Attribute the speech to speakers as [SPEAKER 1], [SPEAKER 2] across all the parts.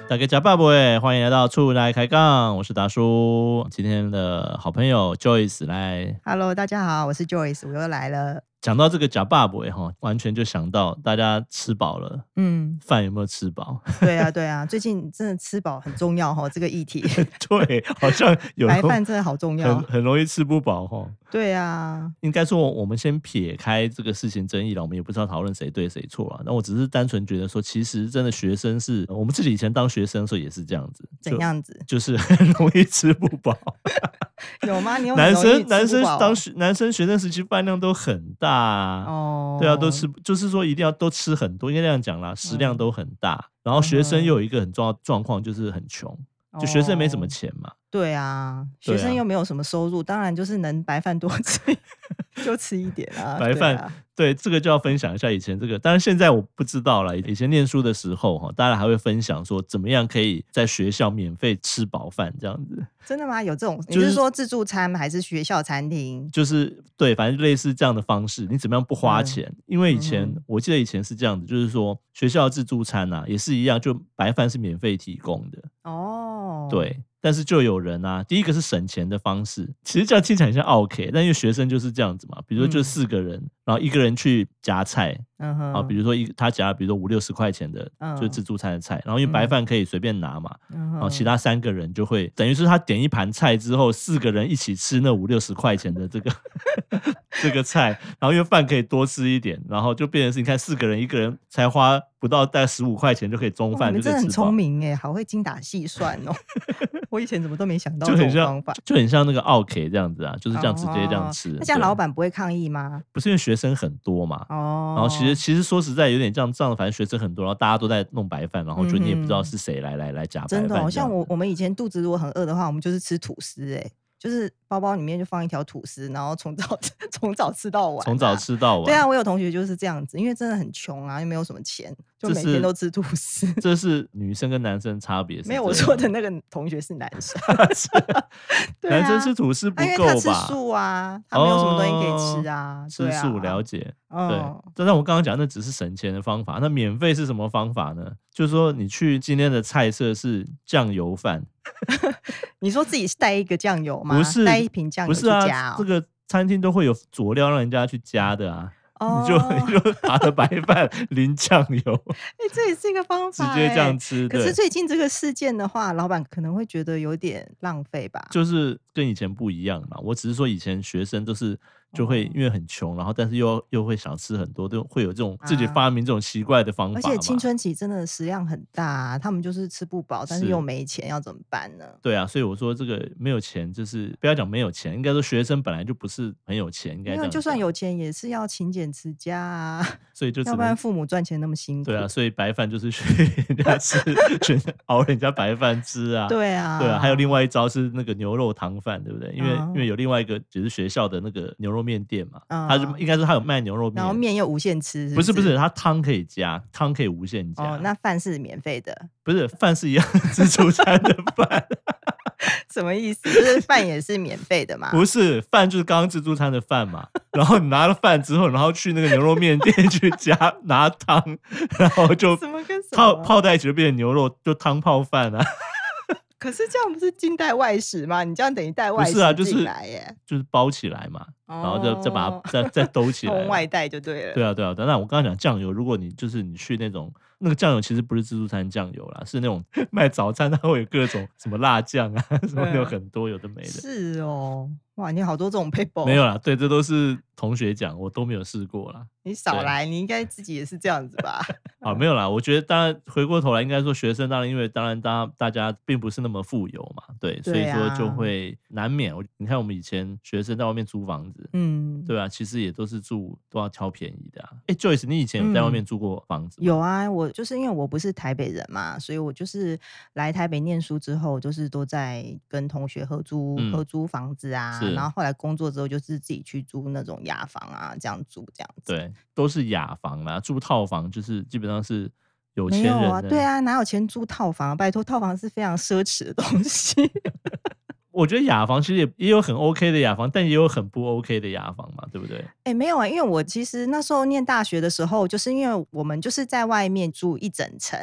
[SPEAKER 1] 大家假爸爸，欢迎来到厝内开讲，我是达叔。今天的好朋友 Joyce 来
[SPEAKER 2] Hello， 大家好，我是 Joyce， 我又来了。
[SPEAKER 1] 讲到这个假爸爸完全就想到大家吃饱了，饭有没有吃饱？
[SPEAKER 2] 对啊，对啊，最近真的吃饱很重要这个议题。
[SPEAKER 1] 对，好像有
[SPEAKER 2] 白饭真的好重要，
[SPEAKER 1] 很容易吃不饱
[SPEAKER 2] 对啊，
[SPEAKER 1] 应该说我们先撇开这个事情争议了，我们也不知道讨论谁对谁错了。那我只是单纯觉得说，其实真的学生是我们自己以前当学生的时候也是这样子，
[SPEAKER 2] 怎样子？
[SPEAKER 1] 就是很容易吃不饱。
[SPEAKER 2] 有吗？你有
[SPEAKER 1] 男生学生时期饭量都很大对啊，都吃，就是说一定要都吃很多，应该这样讲啦，食量都很大。然后学生又有一个很重要的状况，就是很穷，就学生没什么钱嘛。
[SPEAKER 2] 对啊，学生又没有什么收入，当然就是能白饭多吃就吃一点啊。
[SPEAKER 1] 白饭 对，这个就要分享一下以前这个，当然现在我不知道了。以前念书的时候大家还会分享说怎么样可以在学校免费吃饱饭这样子。
[SPEAKER 2] 真的吗？有这种？你是说自助餐还是学校餐厅？
[SPEAKER 1] 就是对，反正类似这样的方式，你怎么样不花钱？因为以前我记得以前是这样子，就是说学校自助餐也是一样，就白饭是免费提供的。对，但是就有人第一个是省钱的方式，其实这样听起来很像OK，但因为学生就是这样子嘛，比如说就4个人，然后一个人去夹菜，比如说他夹了比如说50-60块钱的就是自助餐的菜，然后因为白饭可以随便拿嘛，然后其他3个人就会等于是他点一盘菜之后，4个人一起吃那50-60块钱的这个这个菜，然后因为饭可以多吃一点，然后就变成是你看4个人，一个人才花不到大概15块钱就可以中饭，就可以吃饱。你们真的
[SPEAKER 2] 很聪明耶，好会精打细算我以前怎么都没想到这种方法，
[SPEAKER 1] 就很像那个奥 K 这样子就是这样直接这样吃。
[SPEAKER 2] 那这样老板不会抗议吗？
[SPEAKER 1] 不是因为学生很多嘛，然后其实说实在有点这样，反正学生很多，然后大家都在弄白饭，然后就你也不知道是谁来夹白饭。
[SPEAKER 2] 真的像我们以前肚子如果很饿的话，我们就是吃吐司就是包包里面就放一条吐司，然后从早吃到晚，
[SPEAKER 1] 从早吃到晚。
[SPEAKER 2] 对啊，我有同学就是这样子，因为真的很穷又没有什么钱，就每天都吃吐司。
[SPEAKER 1] 这是女生跟男生差别？
[SPEAKER 2] 没有，我说的那个同学是男生。
[SPEAKER 1] 男生吃吐司不够吧？
[SPEAKER 2] 因为他吃素他没有什么东西可以吃
[SPEAKER 1] 吃素了解。对，但我刚刚讲那只是省钱的方法，那免费是什么方法呢？就是说你去今天的菜色是酱油饭。
[SPEAKER 2] 你说自己带一个酱油吗？
[SPEAKER 1] 不是，
[SPEAKER 2] 带一瓶酱油去加
[SPEAKER 1] 这个餐厅都会有佐料让人家去加的你就拿着白饭淋酱油
[SPEAKER 2] 这也是一个方法
[SPEAKER 1] 直接这样吃。
[SPEAKER 2] 可是最近这个事件的话，老板可能会觉得有点浪费吧？
[SPEAKER 1] 就是跟以前不一样嘛。我只是说以前学生都是就会因为很穷，然后但是又会想吃很多，都会有这种自己发明这种奇怪的方法嘛。
[SPEAKER 2] 而且青春期真的食量很大他们就是吃不饱，但是又没钱，要怎么办呢？
[SPEAKER 1] 对啊，所以我说这个没有钱，就是不要讲没有钱，应该说学生本来就不是很有钱，应该这样讲。
[SPEAKER 2] 就算有钱也是要勤俭持家
[SPEAKER 1] 所以就
[SPEAKER 2] 要不然父母赚钱那么辛苦。
[SPEAKER 1] 对啊，所以白饭就是去人家吃，去熬人家白饭吃
[SPEAKER 2] 对啊，
[SPEAKER 1] 还有另外一招是那个牛肉汤饭，对不对？因为有另外一个就是学校的那个牛肉面店嘛，他应该是他有卖牛肉面，
[SPEAKER 2] 然后面又无限吃，
[SPEAKER 1] 不是，他汤可以加，汤可以无限加。
[SPEAKER 2] 那饭是免费的？
[SPEAKER 1] 不是，饭是一样自助餐的饭。
[SPEAKER 2] 什么意思？就是饭也是免费的嘛？
[SPEAKER 1] 不是，饭就是刚刚自助餐的饭嘛。然后你拿了饭之后，然后去那个牛肉面店去拿汤，然后就泡在一起就变成牛肉，就汤泡饭
[SPEAKER 2] 可是这样不是近代外食吗？你这样等于带外食进来耶？
[SPEAKER 1] 就是包起来嘛，然后再把它再兜起来，
[SPEAKER 2] 外带就对了。
[SPEAKER 1] 对啊。但我刚刚讲酱油，如果你去那个酱油其实不是自助餐酱油啦，是那种卖早餐，它会有各种什么辣酱什么有很多有的没的。
[SPEAKER 2] 是哇，你好多这种 paper。
[SPEAKER 1] 没有啦，对，这都是同学讲，我都没有试过啦。
[SPEAKER 2] 你少来，你应该自己也是这样子吧？
[SPEAKER 1] 没有啦，我觉得当然回过头来应该说学生当然因为大家并不是那么富有嘛，对，所以说就会难免。你看我们以前学生在外面租房子，对啊，其实也都要挑便宜的Joyce， 你以前有在外面租过房子吗？
[SPEAKER 2] 有我就是因为我不是台北人嘛，所以我就是来台北念书之后，就是都在跟同学合租房子然后后来工作之后就是自己去租那种雅房这样租这样子。
[SPEAKER 1] 对，都是雅房啦，住套房就是基本上是有钱人的。
[SPEAKER 2] 没有对哪有钱住套房？拜托，套房是非常奢侈的东西。
[SPEAKER 1] 我觉得雅房其实也有很 OK 的雅房，但也有很不 OK 的雅房嘛，对不对？
[SPEAKER 2] 没有因为我其实那时候念大学的时候，就是因为我们就是在外面住一整层，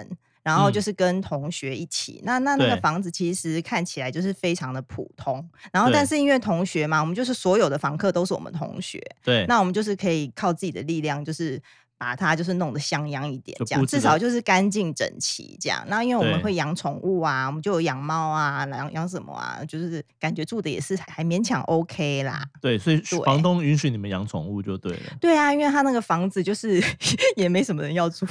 [SPEAKER 2] 然后就是跟同学一起，那个房子其实看起来就是非常的普通，然后但是因为同学嘛，我们就是所有的房客都是我们同学，
[SPEAKER 1] 对，
[SPEAKER 2] 那我们就是可以靠自己的力量，就是把它就是弄得像样一点，这样至少就是干净整齐这样。那因为我们会养宠物啊，我们就有养猫啊，养什么啊，就是感觉住的也是还勉强 OK 啦。
[SPEAKER 1] 对，所以房东允许你们养宠物就对了。
[SPEAKER 2] 对啊，因为他那个房子就是也没什么人要住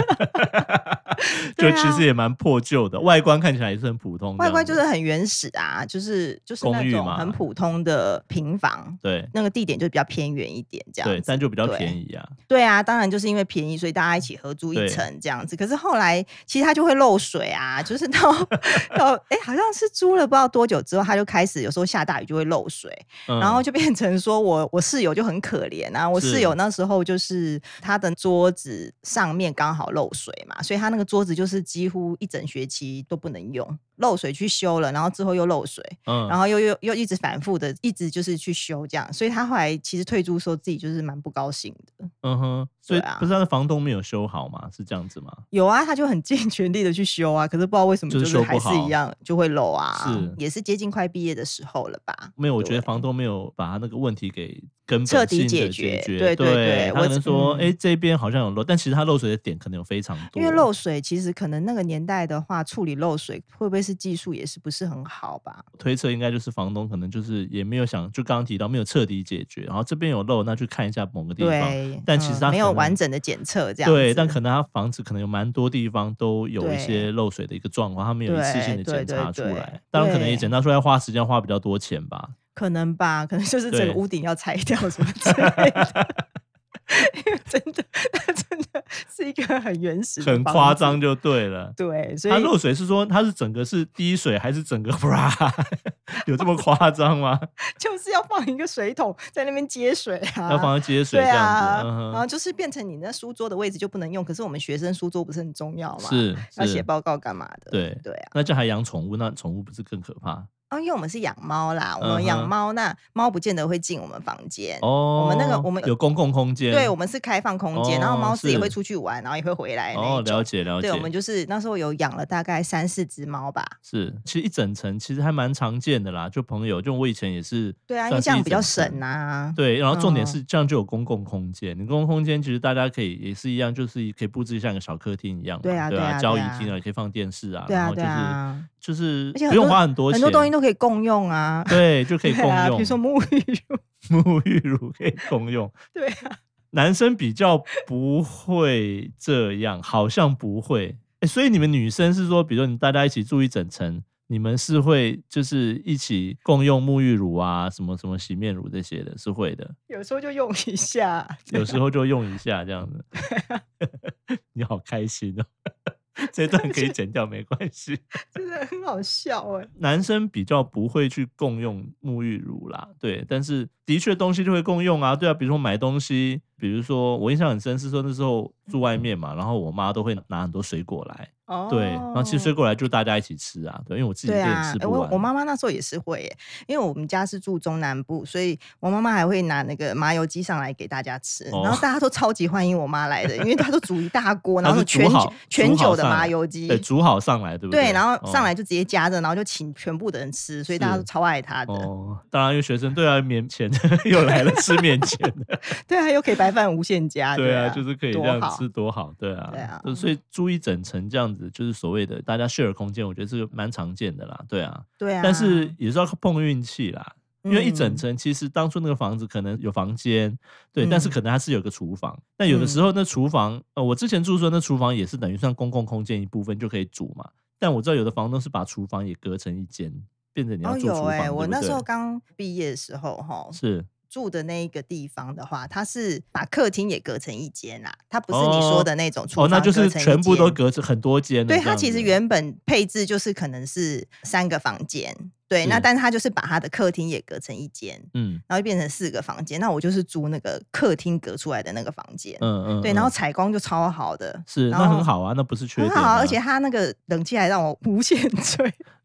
[SPEAKER 1] 就其实也蛮破旧的，外观看起来也是很普通，
[SPEAKER 2] 外观就是很原始啊，就是那种很普通的平房。
[SPEAKER 1] 对，
[SPEAKER 2] 那个地点就比较偏远一点这样子。
[SPEAKER 1] 对，但就比较便宜啊。
[SPEAKER 2] 对啊，当然就是因为便宜，所以大家一起合租一层这样子。可是后来其实它就会漏水啊，就是到好像是租了不知道多久之后，它就开始有时候下大雨就会漏水，然后就变成说我室友就很可怜啊。我室友那时候就是他的桌子上面刚好漏水嘛，所以他那个桌子就是几乎一整学期都不能用。漏水去修了，然后之后又漏水，然后又一直反复的，一直就是去修这样，所以他后来其实退租说自己就是蛮不高兴的。
[SPEAKER 1] 所以不是他的房东没有修好吗？是这样子吗？
[SPEAKER 2] 有啊，他就很尽全力的去修啊，可是不知道为什么就是还是一样就会漏啊，也是接近快毕业的时候了吧？
[SPEAKER 1] 没有，我觉得房东没有把他那个问题给根本
[SPEAKER 2] 彻底
[SPEAKER 1] 解
[SPEAKER 2] 决。
[SPEAKER 1] 对，他可能说这边好像有漏，但其实他漏水的点可能有非常多。
[SPEAKER 2] 因为漏水其实可能那个年代的话，处理漏水会不会是技术也是不是很好吧？
[SPEAKER 1] 推测应该就是房东可能就是也没有想，就刚刚提到没有彻底解决，然后这边有漏，那去看一下某个地方，但其实他
[SPEAKER 2] 没有完整的检测这样子。
[SPEAKER 1] 对，但可能他房子可能有蛮多地方都有一些漏水的一个状况，他没有一次性的检查出来，当然可能也检查出来花时间花比较多钱吧。
[SPEAKER 2] 可能吧，可能就是整个屋顶要拆掉什么之类的。因为真的是一个很原始的
[SPEAKER 1] 很夸张就对了。
[SPEAKER 2] 对，所以
[SPEAKER 1] 它漏水是说它是整个是滴水还是整个有这么夸张吗？
[SPEAKER 2] 就是要放一个水桶在那边接水啊，
[SPEAKER 1] 要放接水这样子，
[SPEAKER 2] 然后就是变成你那书桌的位置就不能用，可是我们学生书桌不是很重要吗？
[SPEAKER 1] 是
[SPEAKER 2] 要写报告干嘛的？
[SPEAKER 1] 对啊，那这还养宠物，那宠物不是更可怕？
[SPEAKER 2] 因为我们是养猫啦，我们养猫，那猫不见得会进我们房间。我们
[SPEAKER 1] 有公共空间，
[SPEAKER 2] 对，我们是开放空间，然后猫自己会出去玩，然后也会回来那种。
[SPEAKER 1] 了解。
[SPEAKER 2] 对，我们就是那时候有养了大概3-4只猫吧。
[SPEAKER 1] 是，其实一整层其实还蛮常见的啦，就朋友，就我以前也是。
[SPEAKER 2] 对啊，因为这样比较省啊。
[SPEAKER 1] 对，然后重点是这样就有公共空间，你公共空间其实大家可以也是一样，就是可以布置像个小客厅一样。对啊，交易厅啊，也可以放电视啊，然后就是不用花很多钱，
[SPEAKER 2] 很多东西都可以共用啊。
[SPEAKER 1] 对，就可以共用，
[SPEAKER 2] 比如说沐浴
[SPEAKER 1] 乳可以共用。
[SPEAKER 2] 对啊，
[SPEAKER 1] 男生比较不会这样，好像不会。所以你们女生是说，比如说你大家一起住一整层，你们是会就是一起共用沐浴乳啊，什么什么洗面乳这些的，是会的。
[SPEAKER 2] 有时候就用一下，
[SPEAKER 1] 有时候就用一下这样子。你好开心哦。这段可以剪掉没关系。
[SPEAKER 2] 真的很好笑哎。
[SPEAKER 1] 男生比较不会去共用沐浴乳啦，对，但是的确东西就会共用啊，对啊，比如说买东西，比如说我印象很深是说那时候住外面嘛，然后我妈都会拿很多水果来。对，然后其实水果来就大家一起吃啊，对，因为我自己有点吃不完。
[SPEAKER 2] 我妈妈那时候也是会耶，因为我们家是住中南部，所以我妈妈还会拿那个麻油鸡上来给大家吃，然后大家都超级欢迎我妈来的，因为她都煮一大锅，然后全酒的麻油鸡，
[SPEAKER 1] 对，煮好上来，对不对？
[SPEAKER 2] 对，然后上来就直接夹着，然后就请全部的人吃，所以大家都超爱她的。
[SPEAKER 1] 当然因为学生对啊，免钱又来了吃免钱的，
[SPEAKER 2] 对啊，又可以白饭无限加，
[SPEAKER 1] 对啊，就是可以这样吃多好，对啊，所以住一整层这样子，就是所谓的大家 share 空间，我觉得这个蛮常见的啦，对啊，但是也是要碰运气啦，因为一整层其实当初那个房子可能有房间，对，但是可能它是有个厨房，那有的时候那厨房，我之前住的时候那厨房也是等于算公共空间一部分就可以煮嘛，但我知道有的房东是把厨房也隔成一间，变成你要住厨房，
[SPEAKER 2] 我那时候刚毕业的时候
[SPEAKER 1] 是
[SPEAKER 2] 住的那一个地方的话，它是把客厅也隔成一间啦，它不是你说的那种厨房
[SPEAKER 1] 那就是全部都隔成很多间。
[SPEAKER 2] 对，它其实原本配置就是可能是3个房间，对，那但是他就是把他的客厅也隔成一间，然后就变成4个房间。那我就是租那个客厅隔出来的那个房间，对，然后采光就超好的，
[SPEAKER 1] 是，那很好啊，那不是缺点，
[SPEAKER 2] 很好，而且他那个冷气还让我无限吹。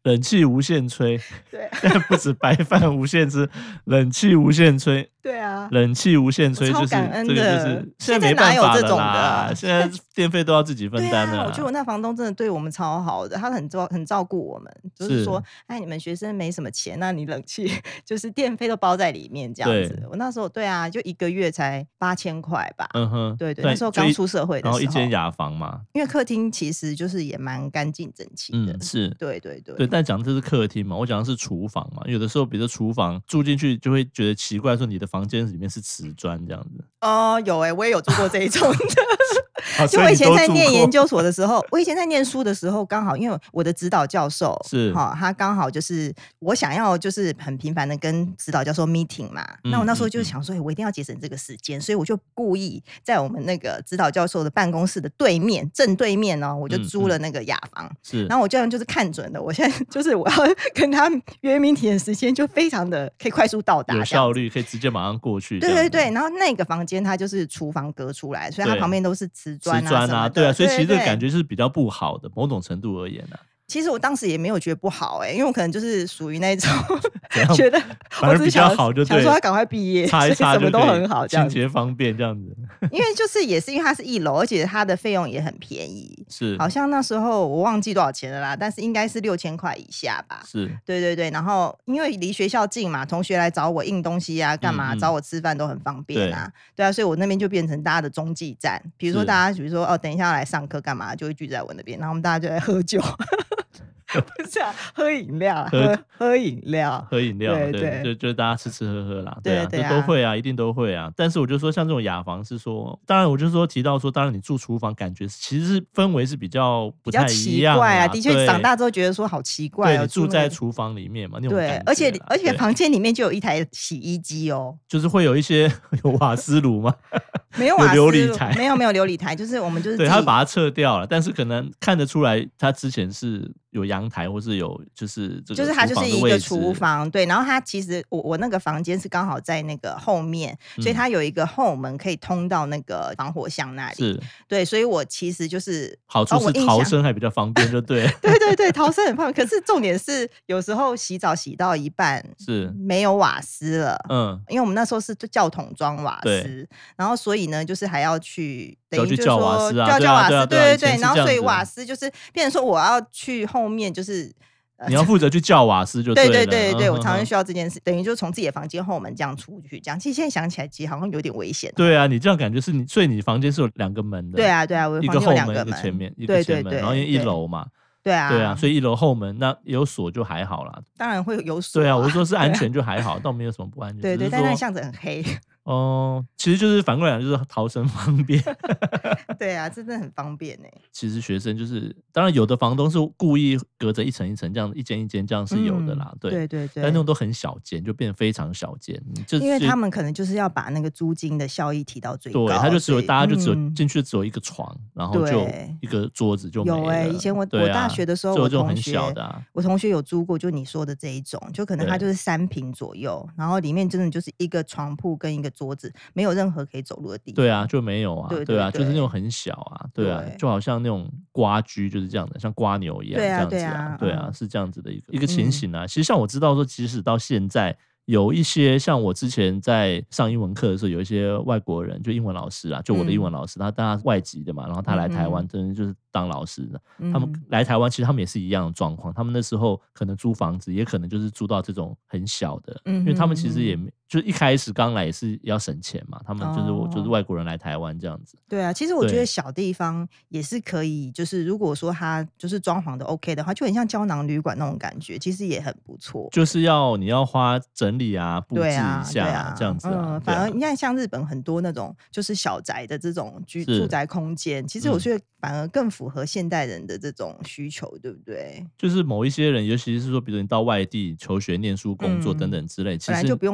[SPEAKER 1] 冷气无限吹，
[SPEAKER 2] 对，
[SPEAKER 1] 不止白饭无限吃，冷气无限吹。
[SPEAKER 2] 对啊，
[SPEAKER 1] 冷气无限吹就是
[SPEAKER 2] 这
[SPEAKER 1] 个就是
[SPEAKER 2] 现
[SPEAKER 1] 在没办法了
[SPEAKER 2] 啦，
[SPEAKER 1] 现在电费都要自己分担了。
[SPEAKER 2] 我觉得我那房东真的对我们超好的，他很照顾我们，就是说，哎，你们学生没什么钱，那你冷气就是电费都包在里面这样子。我那时候对啊，就1个月才8000块吧。对，那时候刚出社会的时候，
[SPEAKER 1] 然后一间雅房嘛，
[SPEAKER 2] 因为客厅其实就是也蛮干净整齐的。
[SPEAKER 1] 是，
[SPEAKER 2] 对。
[SPEAKER 1] 但讲的这是客厅嘛，我讲的是厨房嘛。有的时候，比如说厨房住进去就会觉得奇怪，说你的房间里面是瓷砖这样子。
[SPEAKER 2] 有我也有住过这一种的。就我以前在念研究所的时候，我以前在念书的时候，刚好因为我的指导教授是他刚好就是我想要就是很频繁的跟指导教授 meeting 嘛，那我那时候就想说，我一定要节省这个时间，所以我就故意在我们那个指导教授的办公室的正对面哦，我就租了那个雅房，然后我这样就是看准了，我现在就是我要跟他约 meeting 的时间就非常的可以快速到达，
[SPEAKER 1] 有效率，可以直接马上过去。
[SPEAKER 2] 对，然后那个房间它就是厨房隔出来，所以它旁边都是瓷砖啊，
[SPEAKER 1] 对啊，所以其实这个感觉是比较不好的，某种程度而言啊。
[SPEAKER 2] 其实我当时也没有觉得不好因为我可能就是属于那种觉得
[SPEAKER 1] 反而比较好，就
[SPEAKER 2] 想说他赶快毕业，
[SPEAKER 1] 擦一擦
[SPEAKER 2] 什么都很好，
[SPEAKER 1] 清洁方便这样子。
[SPEAKER 2] 因为就是也是因为它是1楼，而且它的费用也很便宜，
[SPEAKER 1] 是
[SPEAKER 2] 好像那时候我忘记多少钱了啦，但是应该是6000块以下吧。
[SPEAKER 1] 是，
[SPEAKER 2] 对，然后因为离学校近嘛，同学来找我印东西啊，干嘛找我吃饭都很方便啊。对啊，所以我那边就变成大家的中继站。比如说大家，等一下要来上课干嘛，就会聚在我那边，然后我们大家就在喝酒。不是啊，喝饮料，喝饮料，
[SPEAKER 1] 对，就大家吃喝啦，对啊，这都会啊，一定都会啊。但是我就说，像这种雅房是说，当然我就说提到说，当然你住厨房，感觉其实是氛围是比较不太一样
[SPEAKER 2] 啊。的确，长大之后觉得说好奇怪
[SPEAKER 1] 哦，住在厨房里面嘛，那种感觉。
[SPEAKER 2] 对，而且房间里面就有一台洗衣机哦，
[SPEAKER 1] 就是会有一些有瓦斯炉吗？
[SPEAKER 2] 没有瓦斯炉，
[SPEAKER 1] 有琉璃台，
[SPEAKER 2] 没有琉璃台，就是我们就是
[SPEAKER 1] 对，他把它撤掉了，但是可能看得出来，他之前是有阳台，或是有就是
[SPEAKER 2] 它就是一个厨房，对。然后它其实我那个房间是刚好在那个后面，所以它有一个后门可以通到那个防火巷那里。
[SPEAKER 1] 是，
[SPEAKER 2] 对，所以我其实就是
[SPEAKER 1] 好处是逃生还比较方便，就对。
[SPEAKER 2] 对，逃生很方便。可是重点是有时候洗澡洗到一半
[SPEAKER 1] 是
[SPEAKER 2] 没有瓦斯了，因为我们那时候是叫桶装瓦斯，然后所以呢就是还要去等于就是说叫瓦斯，对，然后所以瓦斯就是变成说我要去后面就是。
[SPEAKER 1] 你要负责去叫瓦斯就对了。
[SPEAKER 2] 对，我常常需要这件事，等于就从自己的房间后门这样出去，这样。其实现在想起来，其实好像有点危险。
[SPEAKER 1] 对啊，你这样感觉是你，所以你房间是有2个门的。
[SPEAKER 2] 对啊，我
[SPEAKER 1] 一个后门，一个前面，一个前门，然后因为1楼嘛。
[SPEAKER 2] 对啊，
[SPEAKER 1] 所以1楼后门那有锁就还好啦。
[SPEAKER 2] 当然会有锁。
[SPEAKER 1] 对啊，我说是安全就还好，倒没有什么不安全。
[SPEAKER 2] 对，但那巷子很黑。
[SPEAKER 1] 其实就是反过来讲，就是逃生方便。
[SPEAKER 2] 对啊，真的很方便
[SPEAKER 1] 其实学生就是，当然有的房东是故意隔着一层一层这样，一间一间这样是有的啦。对，但那种都很小间，就变得非常小间。
[SPEAKER 2] 因为他们可能就是要把那个租金的效益提到最高。
[SPEAKER 1] 对，他就只有大家就只有进去只有一个床，然后就一个桌子就没了。
[SPEAKER 2] 有以前我大学的时候，我同学有租过，就你说的这一种，就可能它就是3坪左右，然后里面真的就是一个床铺跟一个桌子，没有任何可以走路的地方。
[SPEAKER 1] 对啊，就没有啊。对啊，就是那种很小啊。对啊，就好像那种瓜居就是这样的，像瓜牛一样这样子啊。对啊，是这样子的一个情形啊。其实像我知道说，即使到现在。有一些像我之前在上英文课的时候，有一些外国人，就英文老师啊，就我的英文老师，他外籍的嘛，然后他来台湾，真的就是当老师的。他们来台湾，其实他们也是一样的状况。他们那时候可能租房子，也可能就是租到这种很小的，因为他们其实也就一开始刚来也是要省钱嘛。他们就是外国人来台湾这样子。
[SPEAKER 2] 对啊，其实我觉得小地方也是可以，就是如果说他就是装潢的 OK 的话，就很像胶囊旅馆那种感觉，其实也很不错。
[SPEAKER 1] 就是你要花整理啊，布置一下这样子啊。
[SPEAKER 2] 反而你看，像日本很多那种就是小宅的这种住宅空间，其实我觉得反而更符合现代人的这种需求，对不对？
[SPEAKER 1] 就是某一些人，尤其是说，比如你到外地求学、念书、工作等等之类，其实
[SPEAKER 2] 本来就不用很大空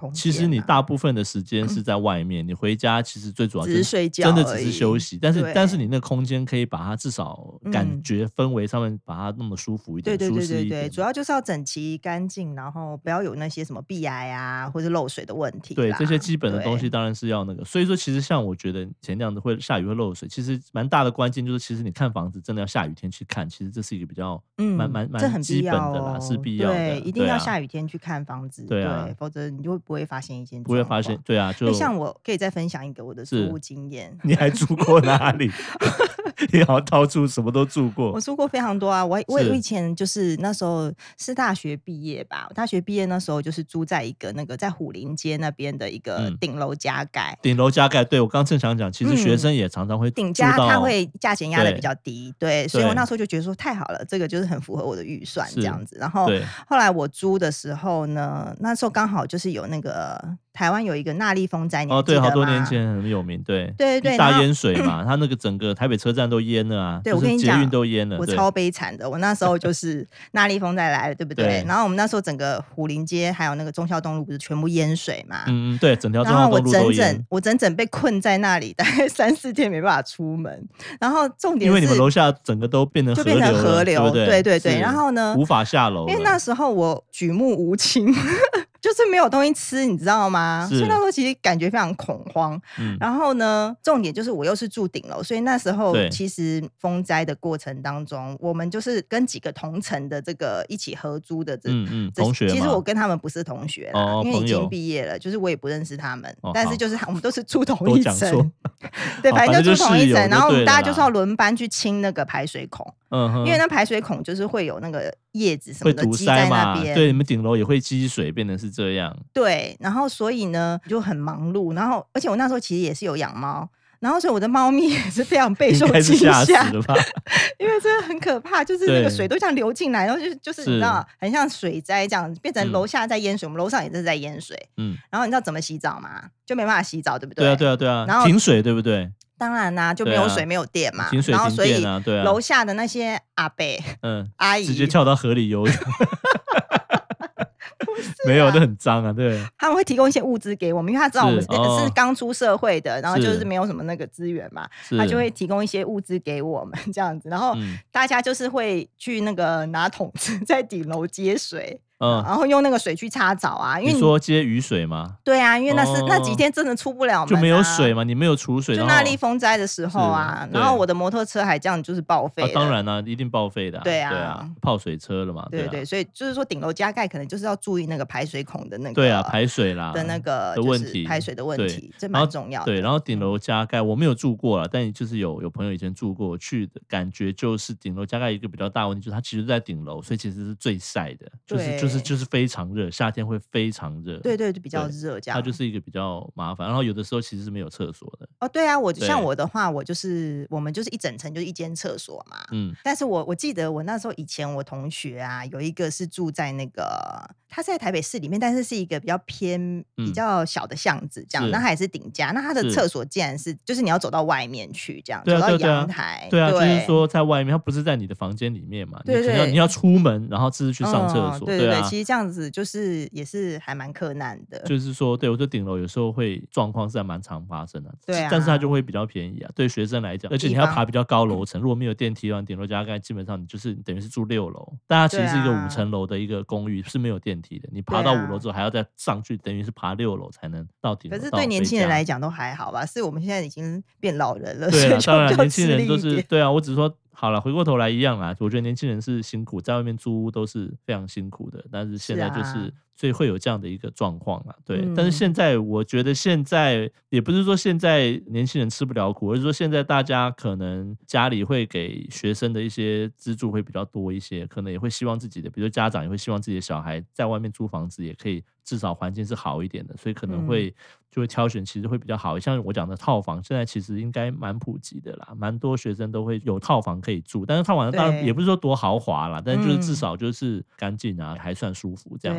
[SPEAKER 2] 空间。
[SPEAKER 1] 其实你大部分的时间是在外面，你回家其实最主要
[SPEAKER 2] 只是睡觉，
[SPEAKER 1] 真的只是休息。但是你那个空间可以把它至少感觉氛围上面把它弄得舒服一点，舒适一点。
[SPEAKER 2] 主要就是要整齐干净，然后不要有那些什么壁癌啊或者漏水的问题。
[SPEAKER 1] 对，这些基本的东西当然是要那个。所以说，其实像我觉得以前那样子会下雨会漏水，其实蛮大的关键就是，其实你看房子真的要下雨天去看，其实这是一个比较蛮基本的啦，是必要的。
[SPEAKER 2] 对，一定要下雨天去看房子，对，否则你就不会发现一件，
[SPEAKER 1] 不会发现，对啊，就
[SPEAKER 2] 像我可以再分享一个我的租屋经验。
[SPEAKER 1] 你还住过哪里？你好像到处什么都住过。
[SPEAKER 2] 我住过非常多啊，我以前就是那时候是大学毕业吧，大学毕业那时候就是住在一个那个在虎林街那边的一个顶楼加盖。
[SPEAKER 1] 顶楼加盖，对，我刚正想讲，其实学生也常常会
[SPEAKER 2] 顶加，它会价钱压的比较低，对，所以我那时候就觉得说太好了，这个就是很符合我的预算这样子。然后后来我租的时候呢，那时候刚好就是有那个台湾有一个纳利风灾，
[SPEAKER 1] 对，好多年前很有名，对大淹水嘛，它那个整个台北车站都淹了啊，
[SPEAKER 2] 对，我跟你讲，
[SPEAKER 1] 捷运都淹了，
[SPEAKER 2] 我超悲惨的。我那时候就是纳利风灾来了，对不对？然后我们那时候整个虎林街还有那个忠孝东路不是全部淹水嘛？
[SPEAKER 1] 对，整条忠孝东路都淹。
[SPEAKER 2] 我整整被困在那里，大概3-4天没办法出门。然后重点是
[SPEAKER 1] 因为你们楼下整个都变成河流，
[SPEAKER 2] 对。然后呢，
[SPEAKER 1] 无法下楼，
[SPEAKER 2] 因为那时候我举目无亲。就是没有东西吃，你知道吗？所以那时候其实感觉非常恐慌。然后呢，重点就是我又是住顶楼，所以那时候其实风灾的过程当中，我们就是跟几个同层的这个一起合租的
[SPEAKER 1] 同学。
[SPEAKER 2] 其实我跟他们不是同学啦，因为已经毕业了，就是我也不认识他们。但是就是我们都是住同一层，对，反正就住同一层。然后我们大家就是要轮班去清那个排水孔。因为那排水孔就是会有那个叶子什么的积在那边，
[SPEAKER 1] 对，你们顶楼也会积水，变成是这样。
[SPEAKER 2] 对，然后所以呢就很忙碌，然后而且我那时候其实也是有养猫，然后所以我的猫咪也是非常备受惊吓，因为真的很可怕，就是那个水都像流进来，然后就是你知道，很像水灾这样，变成楼下在淹水，我们楼上也是在淹水。然后你知道怎么洗澡吗？就没办法洗澡，对不对？
[SPEAKER 1] 对啊，然后停水，对不对？
[SPEAKER 2] 当然啦，就没有水没有电嘛，
[SPEAKER 1] 然后所以
[SPEAKER 2] 楼下的那些阿伯阿姨
[SPEAKER 1] 直接跳到河里游泳。没有，这很脏啊！对，
[SPEAKER 2] 他们会提供一些物资给我们，因为他知道我们是刚出社会的，然后就是没有什么那个资源嘛，他就会提供一些物资给我们这样子，然后大家就是会去那个拿桶子在顶楼接水。然后用那个水去擦澡啊，因为
[SPEAKER 1] 你说接雨水吗？
[SPEAKER 2] 对啊，因为那几天真的出不了门，
[SPEAKER 1] 就没有水嘛，你没有储水，
[SPEAKER 2] 就纳利风灾的时候啊，然后我的摩托车还这样就是报废了。
[SPEAKER 1] 当然啦，一定报废的。对啊，泡水车了嘛。
[SPEAKER 2] 对，所以就是说顶楼加盖可能就是要注意那个排水孔的那个，
[SPEAKER 1] 对啊，排水啦
[SPEAKER 2] 的那个
[SPEAKER 1] 问题，
[SPEAKER 2] 排水的问题，这蛮重要的。
[SPEAKER 1] 对，然后顶楼加盖我没有住过啦，但就是有朋友以前住过，去的感觉就是顶楼加盖一个比较大的问题就是它其实在顶楼，所以其实是最晒的，就是非常热，夏天会非常热，
[SPEAKER 2] 对，比较热这样，
[SPEAKER 1] 它就是一个比较麻烦。然后有的时候其实是没有厕所的。
[SPEAKER 2] 对啊，像我的话，我们就是一整层就是一间厕所嘛。但是我记得我那时候以前我同学啊，有一个是住在那个他是在台北市里面，但是是一个比较偏比较小的巷子这样，那他也是顶家，那他的厕所竟然是就是你要走到外面去这样，走到阳台。
[SPEAKER 1] 对啊，就是说在外面，他不是在你的房间里面嘛，你要出门，然后自己去上厕所。
[SPEAKER 2] 对，其实这样子就是也是还蛮困难的。
[SPEAKER 1] 就是说，对我这顶楼有时候会状况是还蛮常发生的，
[SPEAKER 2] 对啊，
[SPEAKER 1] 但是它就会比较便宜啊，对学生来讲，而且你要爬比较高楼层，如果没有电梯的话，顶楼加盖基本上你就是等于是住6楼，但它其实是一个5层楼的一个公寓，是没有电梯的，你爬到5楼之后还要再上去，等于是爬6楼才能到顶楼。
[SPEAKER 2] 可是对年轻人来讲都还好吧？是我们现在已经变老人了，
[SPEAKER 1] 对啊，当然年轻人
[SPEAKER 2] 都
[SPEAKER 1] 是对啊，我只是说。好了，回过头来一样啦。我觉得年轻人是辛苦，在外面租屋都是非常辛苦的。但是现在就是，所以会有这样的一个状况啦。对，但是现在我觉得现在也不是说现在年轻人吃不了苦，而是说现在大家可能家里会给学生的一些资助会比较多一些，可能也会希望自己的，比如说家长也会希望自己的小孩在外面租房子也可以。至少环境是好一点的，所以可能就会挑选，其实会比较好。像我讲的套房，现在其实应该蛮普及的啦，蛮多学生都会有套房可以住。但是套房当然也不是说多豪华啦，但是就是至少就是干净啊，还算舒服这样子。
[SPEAKER 2] 对啊，现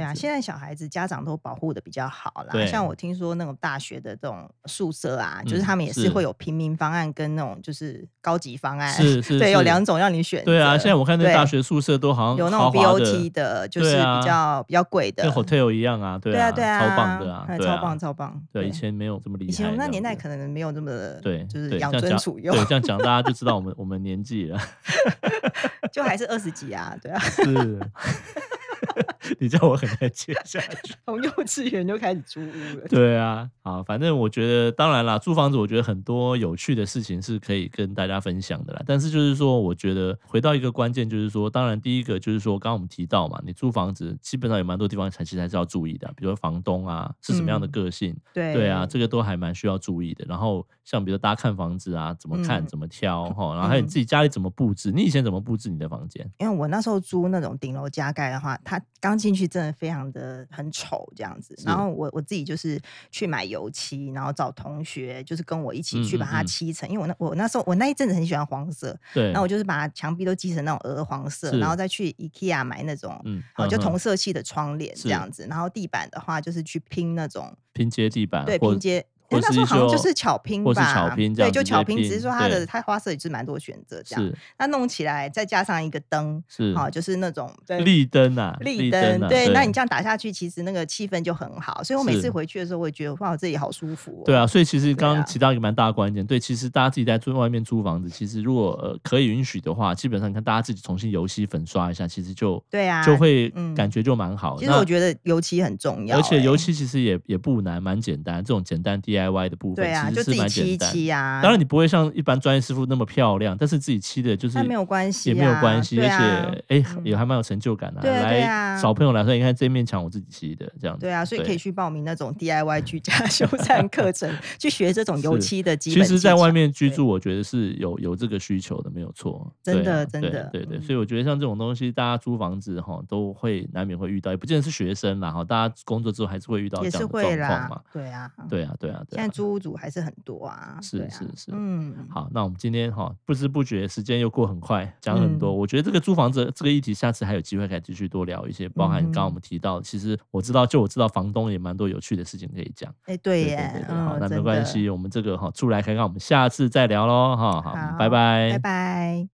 [SPEAKER 2] 小孩子家长都保护的比较好啦，像我听说那种大学的这种宿舍啊，就是他们也是会有平民方案跟那种就是高级方案，对，有2种让你选择。
[SPEAKER 1] 对啊，现在我看那大学宿舍都好像
[SPEAKER 2] 有那种 BOT 的，就是比较贵的，
[SPEAKER 1] 跟 hotel 一样啊，对啊，超棒的啊，
[SPEAKER 2] 超棒。
[SPEAKER 1] 对，以前没有这么厉害，
[SPEAKER 2] 以前我那年代可能没有这么
[SPEAKER 1] 对，
[SPEAKER 2] 就是养尊处优。
[SPEAKER 1] 对，这样讲大家就知道我们年纪了，
[SPEAKER 2] 就还是20几啊，对啊，
[SPEAKER 1] 是。你叫我很难接下去，
[SPEAKER 2] 从幼稚园就开始租屋了。
[SPEAKER 1] 对啊，好，反正我觉得，当然啦，租房子我觉得很多有趣的事情是可以跟大家分享的啦。但是就是说，我觉得回到一个关键，就是说，当然第一个就是说，刚刚我们提到嘛，你租房子基本上有蛮多地方其实还是要注意的，比如说房东啊是什么样的个性，对啊，这个都还蛮需要注意的。然后像比如大家看房子啊，怎么看怎么挑哈，然后还有你自己家里怎么布置，你以前怎么布置你的房间？
[SPEAKER 2] 因为我那时候租那种顶楼加盖的话，它刚进去真的非常的很丑这样子，然后我自己就是去买油漆，然后找同学就是跟我一起去把它漆成，因为我那时候我那一阵子很喜欢黄色，对，那我就是把墙壁都漆成那种鹅黄色，然后再去 IKEA 买那种就同色系的窗帘这样子，然后地板的话就是去拼那种
[SPEAKER 1] 拼接地板，
[SPEAKER 2] 对，拼接。那时候好像就是巧拼吧，对，就巧拼，只是说它花色也是蛮多选择这样。那弄起来再加上一个灯，就是那种
[SPEAKER 1] 立灯啊，
[SPEAKER 2] 立灯，对，那你这样打下去，其实那个气氛就很好。所以我每次回去的时候，我也觉得哇，这里好舒服。
[SPEAKER 1] 对啊，所以其实刚刚提到一个蛮大的关键，对，其实大家自己在外面租房子，其实如果可以允许的话，基本上你看大家自己重新油漆粉刷一下，其实就
[SPEAKER 2] 对啊，
[SPEAKER 1] 就会感觉就蛮好的。
[SPEAKER 2] 其实我觉得油漆很重要，
[SPEAKER 1] 而且油漆其实也不难，蛮简单，这种简单 DIY 的部分。
[SPEAKER 2] 其实是蛮简单的啊，
[SPEAKER 1] 当然你不会像一般专业师傅那么漂亮，但是自己漆的就是
[SPEAKER 2] 没有关系，
[SPEAKER 1] 也没有关系，而且也还蛮有成就感的。来找朋友来说，你看这面墙我自己漆的，这样子。
[SPEAKER 2] 对啊，所以可以去报名那种 DIY 居家修缮课程，去学这种油漆的基本技巧。
[SPEAKER 1] 其实，在外面居住，我觉得是有这个需求的，没有错。
[SPEAKER 2] 真的，真
[SPEAKER 1] 的，对。所以我觉得像这种东西，大家租房子哈，都会难免会遇到，也不见得是学生啦哈，大家工作之后还是会遇到这样的状况嘛。
[SPEAKER 2] 对啊。现在租屋主还是很多啊。
[SPEAKER 1] 是，好，那我们今天不知不觉时间又过很快，讲很多。我觉得这个租房子这个议题，下次还有机会可以继续多聊一些，包含刚刚我们提到，其实我知道房东也蛮多有趣的事情可以讲。
[SPEAKER 2] 对耶，
[SPEAKER 1] 好，那没关系，我们这个出来看看，我们下次再聊咯。好，拜拜，
[SPEAKER 2] 拜拜。